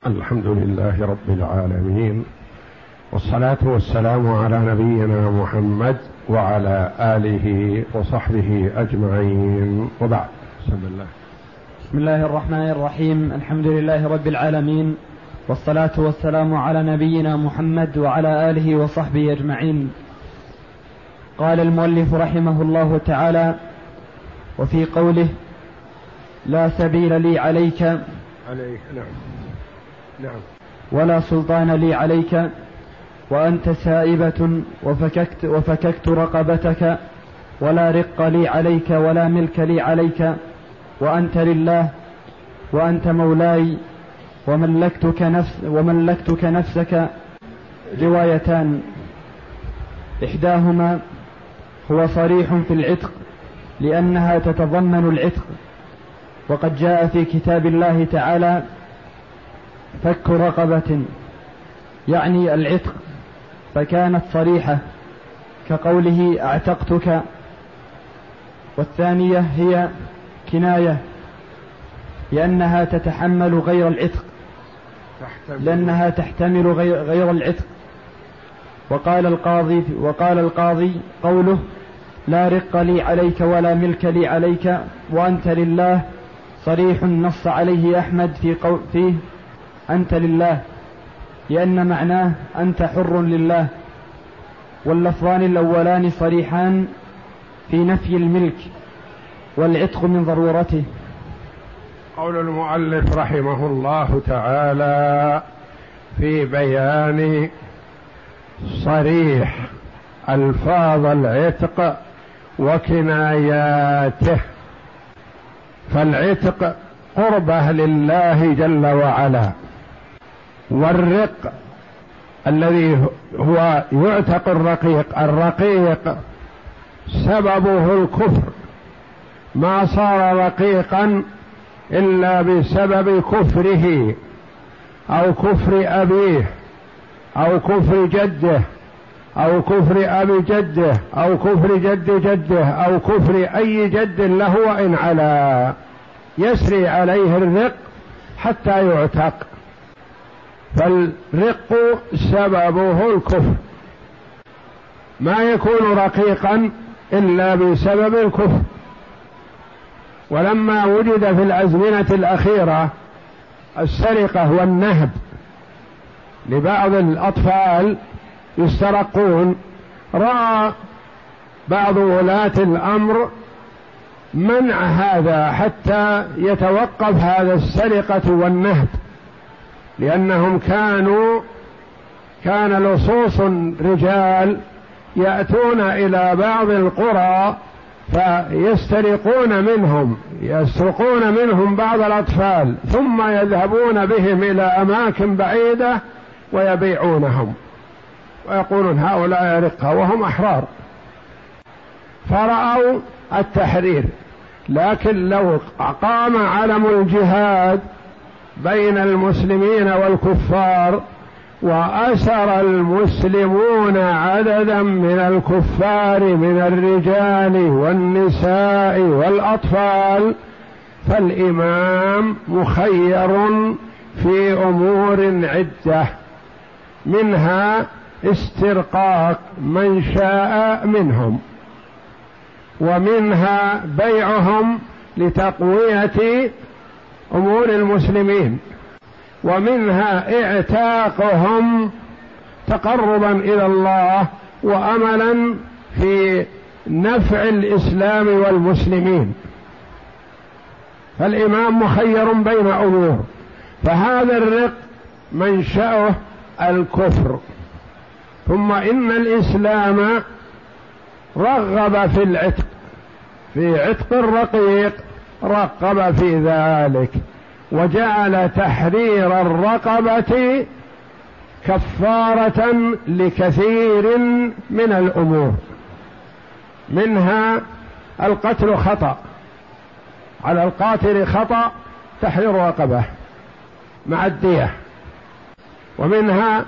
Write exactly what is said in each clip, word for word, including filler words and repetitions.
الحمد لله رب العالمين، والصلاة والسلام على نبينا محمد وعلى آله وصحبه أجمعين، وبعد. بسم الله بسم الله الرحمن الرحيم. الحمد لله رب العالمين، والصلاة والسلام على نبينا محمد وعلى آله وصحبه أجمعين. قال المؤلف رحمه الله تعالى: وفي قوله: لا سبيل لي عليك عليك نعم نعم ولا سلطان لي عليك وأنت سائبة وفككت, وفككت رقبتك ولا رق لي عليك ولا ملك لي عليك وأنت لله وأنت مولاي وملكتك, نفس وملكتك نفسك. روايتان، إحداهما هو صريح في العتق لأنها تتضمن العتق، وقد جاء في كتاب الله تعالى فك رقبة يعني العتق، فكانت صريحة كقوله اعتقتك. والثانية هي كناية لأنها تتحمل غير العتق، لأنها تحتمل غير العتق. وقال القاضي وقال القاضي قوله: لا رق لي عليك ولا ملك لي عليك وأنت لله، صريح نص عليه أحمد في قول فيه أنت لله، لأن معناه أنت حر لله. واللفظان الأولان صريحان في نفي الملك والعتق من ضرورته. قول المؤلف رحمه الله تعالى في بيان صريح ألفاظ العتق وكناياته. فالعتق قربه لله جل وعلا، والرق الذي هو يعتق الرقيق الرقيق سببه الكفر، ما صار رقيقا إلا بسبب كفره أو كفر أبيه أو كفر جده أو كفر أبي جده أو كفر جد جده أو كفر أي جد له وإن علا، يسري عليه الرق حتى يعتق. فالرق سببه الكفر، ما يكون رقيقا إلا بسبب الكفر. ولما وجد في الأزمنة الأخيرة السرقة والنهب لبعض الأطفال يسترقون، رأى بعض ولاة الأمر منع هذا حتى يتوقف هذا السرقة والنهب، لأنهم كانوا كان لصوص رجال يأتون إلى بعض القرى فيسترقون منهم يسرقون منهم بعض الأطفال، ثم يذهبون بهم إلى أماكن بعيدة ويبيعونهم ويقولون هؤلاء رقة وهم أحرار. فرأوا التحرير، لكن لو قام علم الجهاد بين المسلمين والكفار وأسر المسلمون عددا من الكفار من الرجال والنساء والأطفال، فالإمام مخير في أمور عدة، منها استرقاق من شاء منهم، ومنها بيعهم لتقوية أمور المسلمين، ومنها اعتاقهم تقربا إلى الله وأملا في نفع الإسلام والمسلمين. فالإمام مخير بين أمور، فهذا الرق منشأه الكفر، ثم إن الإسلام رغب في العتق، في عتق الرقيق رغب في ذلك، وجعل تحرير الرقبة كفارة لكثير من الأمور، منها القتل خطأ، على القاتل خطأ تحرير رقبة مع الدية، ومنها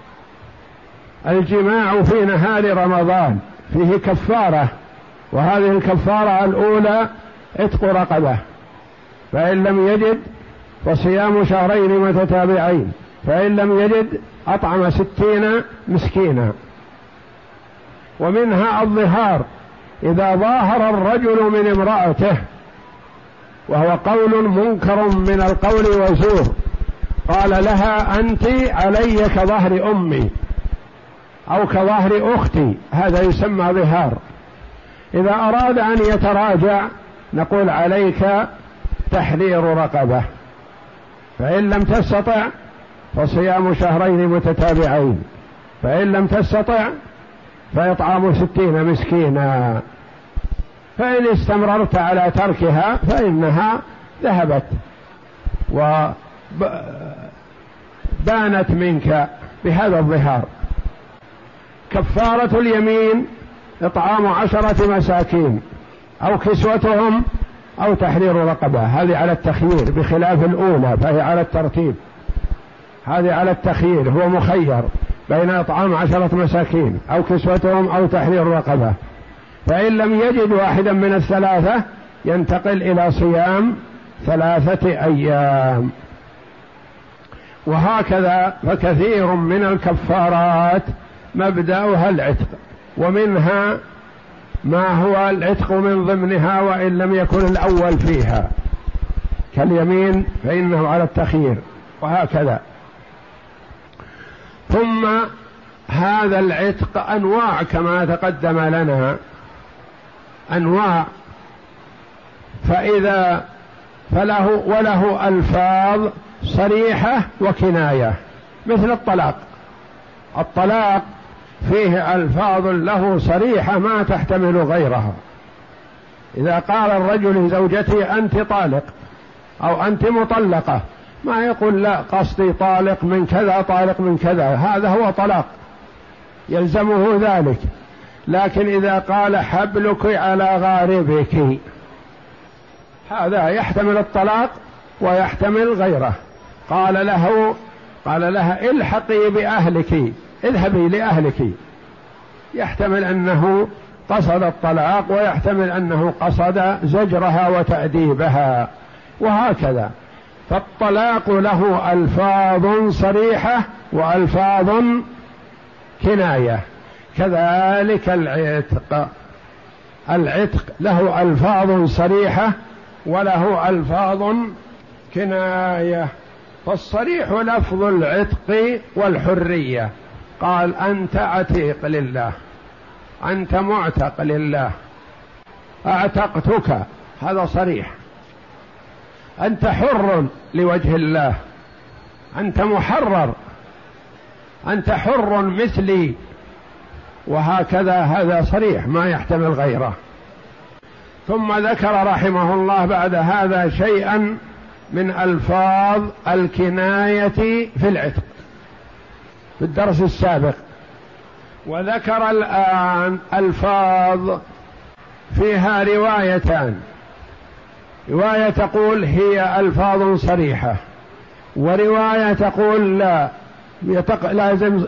الجماع في نهار رمضان فيه كفارة، وهذه الكفارة الأولى عتق رقبة، فإن لم يجد فصيام شهرين متتابعين، فإن لم يجد أطعم ستين مسكينا. ومنها الظهار، إذا ظاهر الرجل من امرأته، وهو قول منكر من القول وزور، قال لها أنت علي كظهر أمي أو كظهر أختي، هذا يسمى ظهار. إذا أراد أن يتراجع نقول عليك تحرير رقبة، فإن لم تستطع فصيام شهرين متتابعين، فإن لم تستطع فإطعام ستين مسكينا. فإن استمررت على تركها فإنها ذهبت وبانت منك بهذا الظهار. كفارة اليمين إطعام عشرة مساكين أو كسوتهم أو تحرير رقبة، هذه على التخيير بخلاف الأولى فهي على الترتيب. هذه على التخيير، هو مخير بين إطعام عشرة مساكين أو كسوتهم أو تحرير رقبة، فإن لم يجد واحدا من الثلاثة ينتقل إلى صيام ثلاثة أيام. وهكذا فكثير من الكفارات مبدأها العتق، ومنها ما هو العتق من ضمنها وإن لم يكن الأول فيها، كاليمين فإنه على التخيير، وهكذا. ثم هذا العتق أنواع كما تقدم لنا، أنواع، فإذا فله وله ألفاظ صريحة وكناية، مثل الطلاق. الطلاق فيه ألفاظ له صريحة ما تحتمل غيرها. إذا قال الرجل لزوجته أنت طالق أو أنت مطلقة، ما يقول لا قصدي طالق من كذا طالق من كذا، هذا هو طلاق يلزمه ذلك. لكن إذا قال حبلك على غاربك، هذا يحتمل الطلاق ويحتمل غيره. قال له قال لها الحقي بأهلك، اذهبي لأهلك، يحتمل أنه قصد الطلاق ويحتمل أنه قصد زجرها وتأديبها، وهكذا. فالطلاق له ألفاظ صريحة وألفاظ كناية، كذلك العتق. العتق له ألفاظ صريحة وله ألفاظ كناية. فالصريح لفظ العتق والحرية، قال أنت عتيق لله، أنت معتق لله، أعتقتك، هذا صريح. أنت حر لوجه الله، أنت محرر، أنت حر مثلي، وهكذا، هذا صريح ما يحتمل غيره. ثم ذكر رحمه الله بعد هذا شيئا من ألفاظ الكناية في العتق في الدرس السابق، وذكر الآن ألفاظ فيها روايتان، رواية تقول هي ألفاظ صريحة، ورواية تقول لا، لازم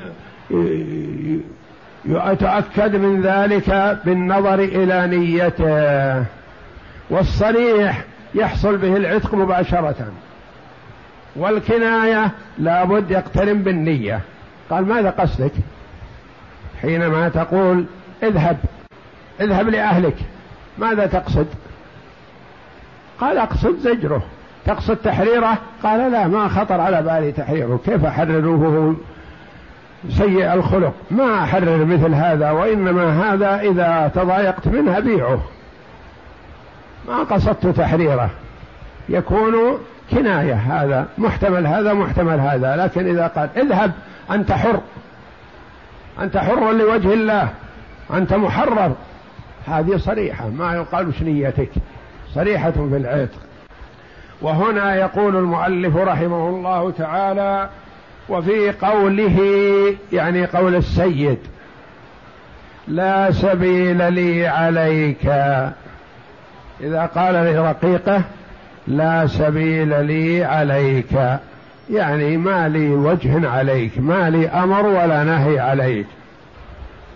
يتأكد من ذلك بالنظر إلى نيته. والصريح يحصل به العتق مباشرة، والكناية لابد يقترن بالنية. قال ماذا قصدك حينما تقول اذهب اذهب لأهلك، ماذا تقصد؟ قال أقصد زجره. تقصد تحريره؟ قال لا، ما خطر على بالي تحريره، كيف أحرره سيء الخلق، ما أحرر مثل هذا، وإنما هذا إذا تضايقت منه بيعه، ما قصدت تحريره. يكون كناية، هذا محتمل هذا محتمل هذا. لكن إذا قال اذهب أنت حر، أنت حر لوجه الله، أنت محرر، هذه صريحة، ما يقال وش نيتك، صريحة في العتق. وهنا يقول المؤلف رحمه الله تعالى: وفي قوله، يعني قول السيد: لا سبيل لي عليك، إذا قال لرقيقه لا سبيل لي عليك، يعني ما لي وجه عليك، ما لي أمر ولا نهي عليك.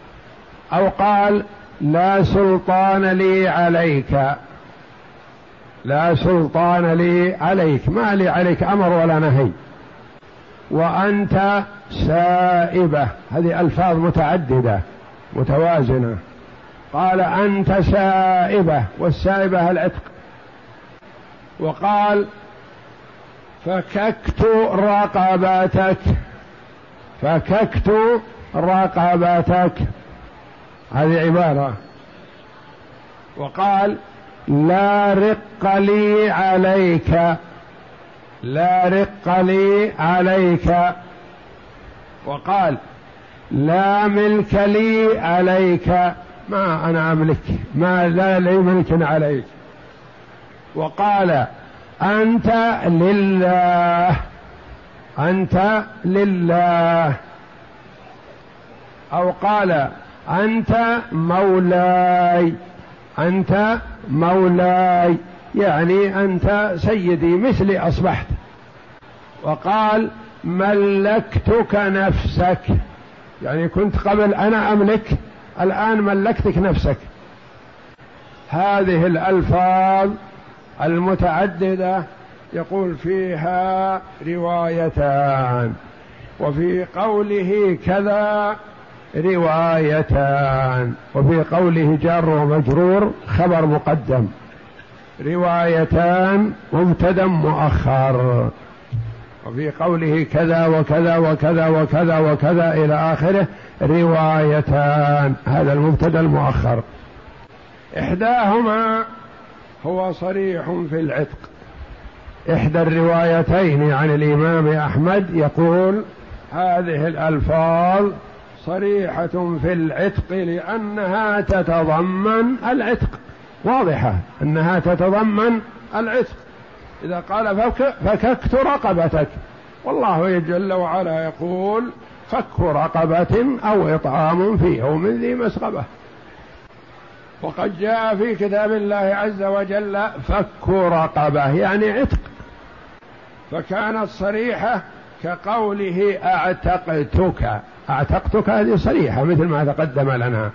أو قال لا سلطان لي عليك، لا سلطان لي عليك، ما لي عليك أمر ولا نهي. وأنت سائبة، هذه ألفاظ متعددة متوازنة. قال أنت سائبة، والسائبة العتق. وقال فككت رقبتك، فككت رقبتك، هذه عبارة. وقال لا رق لي عليك، لا رق لي عليك. وقال لا ملك لي عليك، ما أنا أملك، ما لا لي ملك عليك. وقال أنت لله، أنت لله. أو قال أنت مولاي، أنت مولاي، يعني أنت سيدي مثلي أصبحت. وقال ملكتك نفسك، يعني كنت قبل أنا أملك، الآن ملكتك نفسك. هذه الألفاظ المتعددة يقول فيها روايتان، وفي قوله كذا روايتان، وفي قوله جار ومجرور خبر مقدم، روايتان مبتدا مؤخر. وفي قوله كذا وكذا وكذا وكذا وكذا إلى آخره روايتان، هذا المبتدا المؤخر. إحداهما هو صريح في العتق، إحدى الروايتين عن الإمام أحمد يقول هذه الألفاظ صريحة في العتق لأنها تتضمن العتق، واضحة أنها تتضمن العتق. إذا قال فك فككت رقبتك، والله جل وعلا يقول فك رقبة أو إطعام في يوم ذي مسغبة. وقد جاء في كتاب الله عز وجل فك رقبة يعني عتق، فكانت صريحة كقوله أعتقتك، أعتقتك هذه صريحة مثل ما تقدم لنا.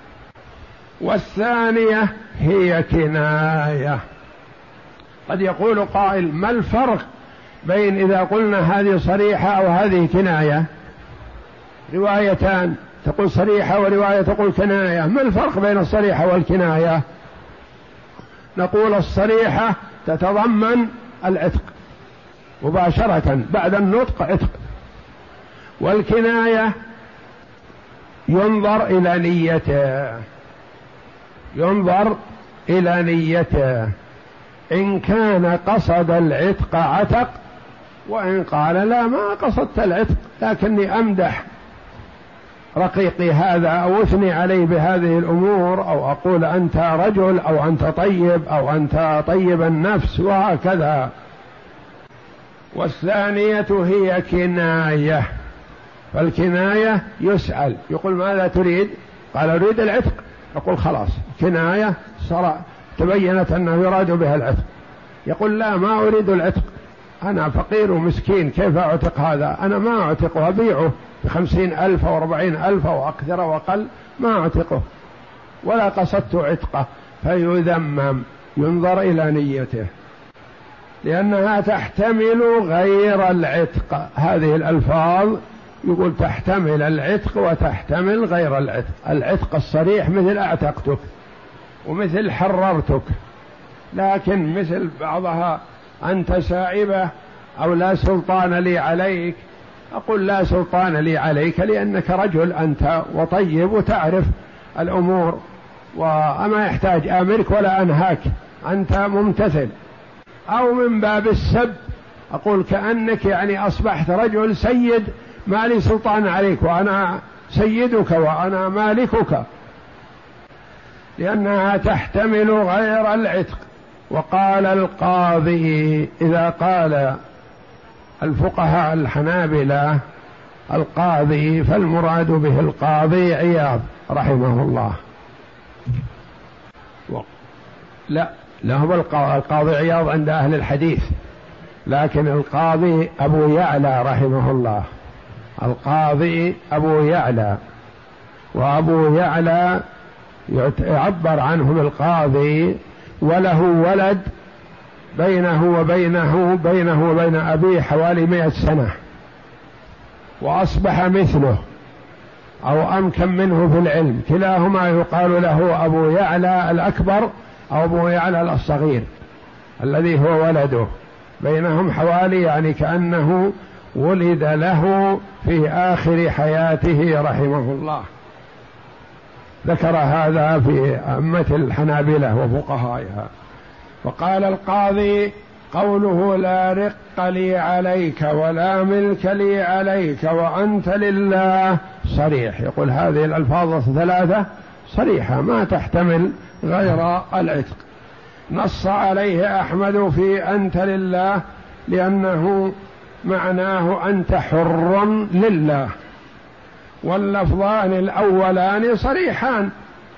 والثانية هي كناية. قد يقول قائل ما الفرق بين إذا قلنا هذه صريحة أو هذه كناية؟ روايتان تقول صريحة ورواية تقول كناية، ما الفرق بين الصريحة والكناية؟ نقول الصريحة تتضمن العتق مباشرة بعد النطق عتق، والكناية ينظر إلى نيته، ينظر إلى نيته، إن كان قصد العتق عتق، وإن قال لا ما قصدت العتق لكني أمدح رقيقي هذا أو أثني عليه بهذه الأمور، أو أقول أنت رجل أو أنت طيب أو أنت طيب النفس وهكذا. والثانية هي كناية، فالكناية يسأل يقول ماذا تريد؟ قال أريد العتق، يقول خلاص كناية صار تبينت أنه يراد بها العتق. يقول لا ما أريد العتق، أنا فقير ومسكين كيف أعتق هذا؟ أنا ما أعتقه، أبيعه بخمسين ألف أو أربعين ألف أو أكثر وأقل، ما أعتقه ولا قصدت عتقه، فيذمم، ينظر إلى نيته لأنها تحتمل غير العتق. هذه الألفاظ يقول تحتمل العتق وتحتمل غير العتق. العتق الصريح مثل أعتقتك ومثل حررتك، لكن مثل بعضها أنت سائبة أو لا سلطان لي عليك، أقول لا سلطان لي عليك لأنك رجل أنت وطيب وتعرف الأمور وما يحتاج آمرك ولا أنهاك، أنت ممتثل. أو من باب السب أقول كأنك يعني أصبحت رجل سيد ما لي سلطان عليك وأنا سيدك وأنا مالكك، لأنها تحتمل غير العتق. وقال القاضي، إذا قال الفقهاء الحنابلة القاضي فالمراد به القاضي عياض رحمه الله. لا لا هو القاضي عياض عند أهل الحديث، لكن القاضي أبو يعلى رحمه الله، القاضي أبو يعلى، وأبو يعلى يعبر عنه بالقاضي، وله ولد بينه وبينه بينه وبين أبيه حوالي مئة سنة، وأصبح مثله أو أمكن منه في العلم، كلاهما يقال له أبو يعلى الأكبر أو أبو يعلى الصغير الذي هو ولده، بينهم حوالي يعني كأنه ولد له في آخر حياته رحمه الله. ذكر هذا في أئمة الحنابلة وفقهائها. وقال القاضي: قوله لا رق لي عليك ولا ملك لي عليك وأنت لله صريح. يقول هذه الألفاظ الثلاثة صريحة ما تحتمل غير العتق. نص عليه أحمد في أنت لله لأنه معناه أنت حر لله، واللفظان الأولان صريحان،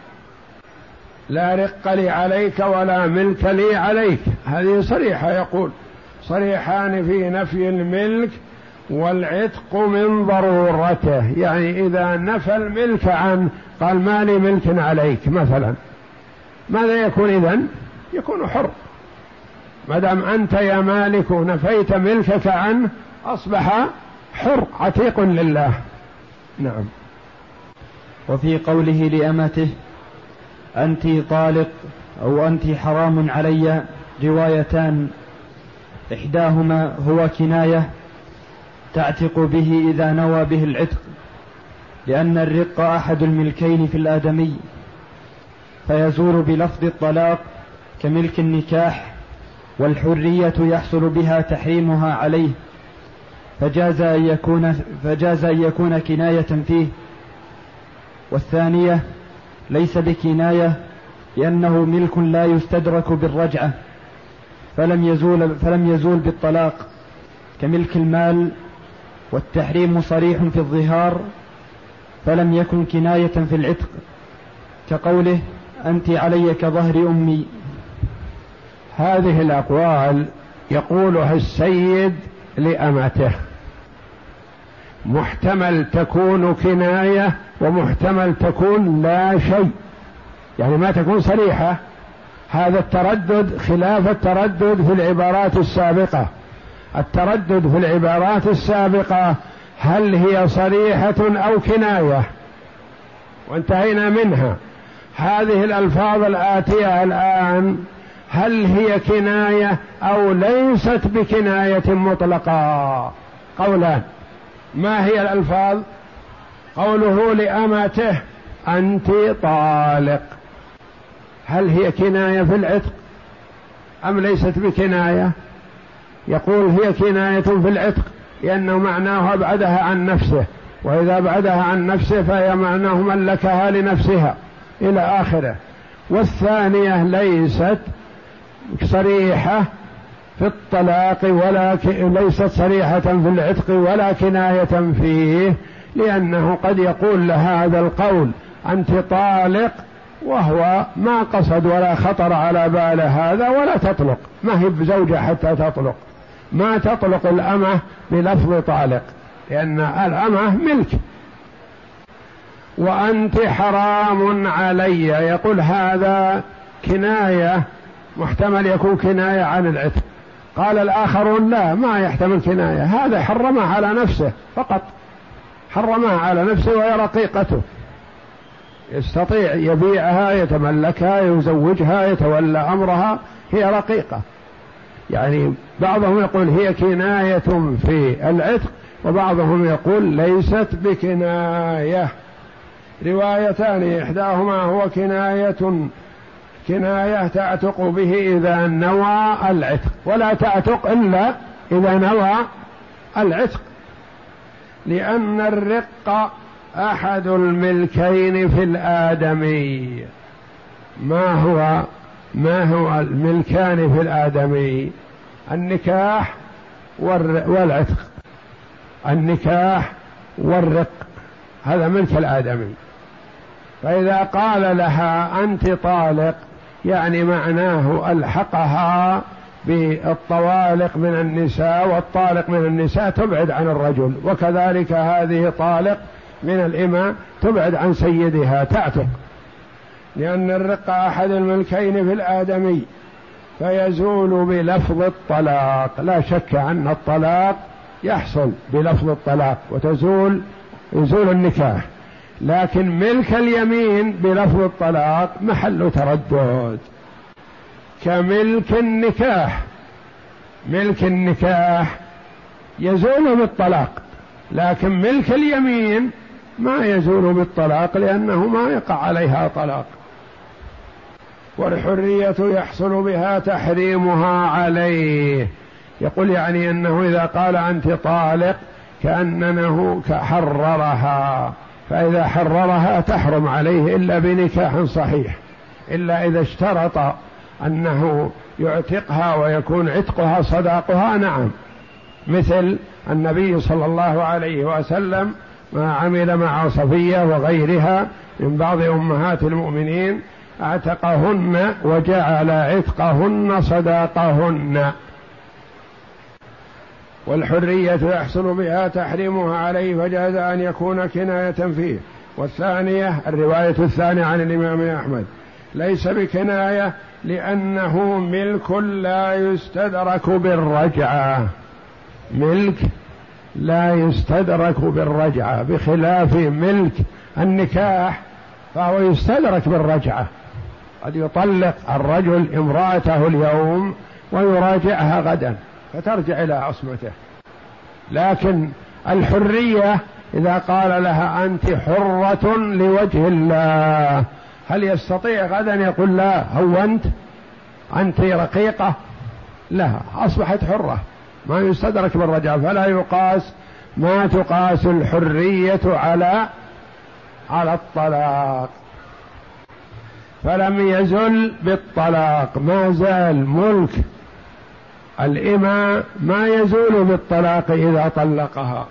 لا رق لي عليك ولا ملك لي عليك، هذه صريحة، يقول صريحان في نفي الملك والعتق من ضرورته، يعني إذا نفى الملك عنه قال ما لي ملك عليك مثلا، ماذا يكون إذن؟ يكون حر، ما دام أنت يا مالك نفيت ملكك عنه أصبح حر عتيق لله. نعم. وفي قوله لأمته أنت طالق أو أنت حرام علي روايتان، إحداهما هو كناية تعتق به إذا نوى به العتق، لأن الرق أحد الملكين في الآدمي فيزول بلفظ الطلاق كملك النكاح، والحرية يحصل بها تحريمها عليه، فجاز أن يكون, فجاز أن يكون كناية فيه. والثانية ليس بكناية لأنه ملك لا يستدرك بالرجعة، فلم يزول, فلم يزول بالطلاق كملك المال، والتحريم صريح في الظهار فلم يكن كناية في العتق، كقوله أنت علي كظهر أمي. هذه الأقوال يقولها السيد لأمته، محتمل تكون كناية ومحتمل تكون لا شيء، يعني ما تكون صريحة. هذا التردد خلاف التردد في العبارات السابقة. التردد في العبارات السابقة هل هي صريحة أو كناية، وانتهينا منها. هذه الألفاظ الآتية الآن هل هي كناية أو ليست بكناية مطلقة؟ قولان. ما هي الألفاظ؟ قوله لأمته أنت طالق، هل هي كناية في العتق أم ليست بكناية؟ يقول هي كناية في العتق لأنه معناه أبعدها عن نفسه، وإذا أبعدها عن نفسه فهي معناه ملكها لنفسها إلى آخره. والثانية ليست صريحة في الطلاق ولا ك... ليست صريحة في العتق ولا كناية فيه، لأنه قد يقول لهذا القول أنت طالق وهو ما قصد ولا خطر على بال هذا، ولا تطلق، ما هي بزوجة حتى تطلق، ما تطلق الأمة بلفظ طالق لأن الأمة ملك. وأنت حرام علي، يقول هذا كناية، محتمل يكون كناية عن العتق. قال الآخرون لا، ما يحتمل كناية، هذا حرمها على نفسه فقط، حرمها على نفسه وهي رقيقته، يستطيع يبيعها يتملكها يزوجها يتولى أمرها، هي رقيقة. يعني بعضهم يقول هي كناية في العتق، وبعضهم يقول ليست بكناية. روايتان، إحداهما هو كناية كناية تعتق به إذا نوى العتق، ولا تعتق إلا إذا نوى العتق، لأن الرق أحد الملكين في الآدمي. ما هو ما هو الملكان في الآدمي؟ النكاح والعتق، النكاح والرق، هذا ملك الآدمي. فإذا قال لها أنت طالق يعني معناه ألحقها بالطوالق من النساء، والطالق من النساء تبعد عن الرجل، وكذلك هذه طالق من الإماء تبعد عن سيدها تعتق، لأن الرق أحد الملكين في الآدمي، فيزول بلفظ الطلاق. لا شك أن الطلاق يحصل بلفظ الطلاق وتزول يزول النكاح، لكن ملك اليمين بلفظ الطلاق محل تردد كملك النكاح. ملك النكاح يزول بالطلاق، لكن ملك اليمين ما يزول بالطلاق لأنه ما يقع عليها طلاق. والحرية يحصل بها تحريمها عليه. يقول يعني أنه إذا قال أنت طالق كأنه حررها، فإذا حررها تحرم عليه إلا بنكاح صحيح، إلا إذا اشترط أنه يعتقها ويكون عتقها صداقها. نعم، مثل النبي صلى الله عليه وسلم ما عمل مع صفية وغيرها من بعض أمهات المؤمنين، اعتقهن وجعل عتقهن صداقهن. والحرية يحصل بها تحريمها عليه فجاز أن يكون كناية فيه. والثانية الرواية الثانية عن الإمام أحمد ليس بكناية لأنه ملك لا يستدرك بالرجعة، ملك لا يستدرك بالرجعة، بخلاف ملك النكاح فهو يستدرك بالرجعة. قد يطلق الرجل امرأته اليوم ويراجعها غدا فترجع إلى عصمته، لكن الحرية إذا قال لها أنت حرة لوجه الله، هل يستطيع غدا يقول لا هونت أنت رقيقة؟ لا، أصبحت حرة، ما يستدرك بالرجعة. فلا يقاس، ما تقاس الحرية على على الطلاق. فلم يزل بالطلاق، ما زال ملك الإماء ما يزول بالطلاق إذا طلقها.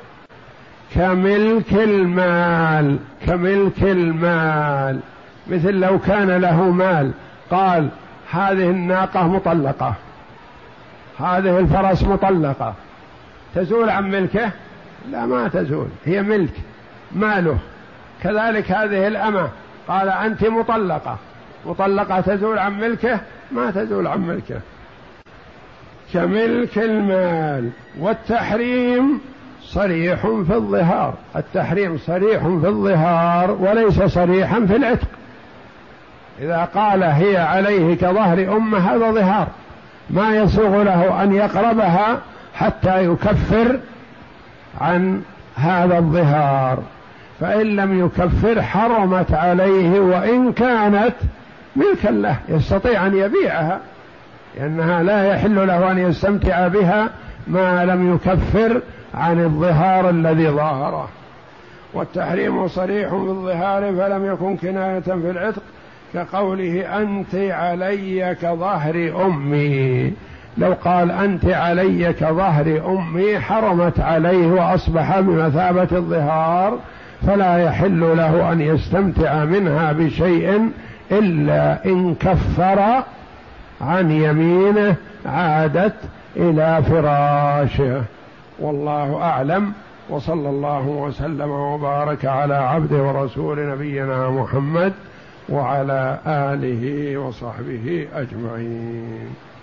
كملك المال، كملك المال مثل لو كان له مال قال هذه الناقة مطلقة، هذه الفرس مطلقة، تزول عن ملكه؟ لا، ما تزول، هي ملك ماله. كذلك هذه الأمة قال أنت مطلقة، مطلقة تزول عن ملكه؟ ما تزول عن ملكه. كملك المال. والتحريم صريح في الظهار، التحريم صريح في الظهار وليس صريحا في العتق. إذا قال هي عليه كظهر أمه هذا ظهار، ما يسوغ له أن يقربها حتى يكفر عن هذا الظهار، فإن لم يكفر حرمت عليه وإن كانت ملكا له، يستطيع أن يبيعها لأنها لا يحل له أن يستمتع بها ما لم يكفر عن الظهار الذي ظاهره. والتحريم صريح بالظهار فلم يكن كناية في العتق، كقوله أنت علي كظهر أمي. لو قال أنت علي كظهر أمي حرمت عليه وأصبح بمثابة الظهار، فلا يحل له أن يستمتع منها بشيء إلا إن كفر عن يمينه عادت إلى فراشه. والله أعلم، وصلى الله وسلم وبارك على عبده ورسول نبينا محمد وعلى آله وصحبه أجمعين.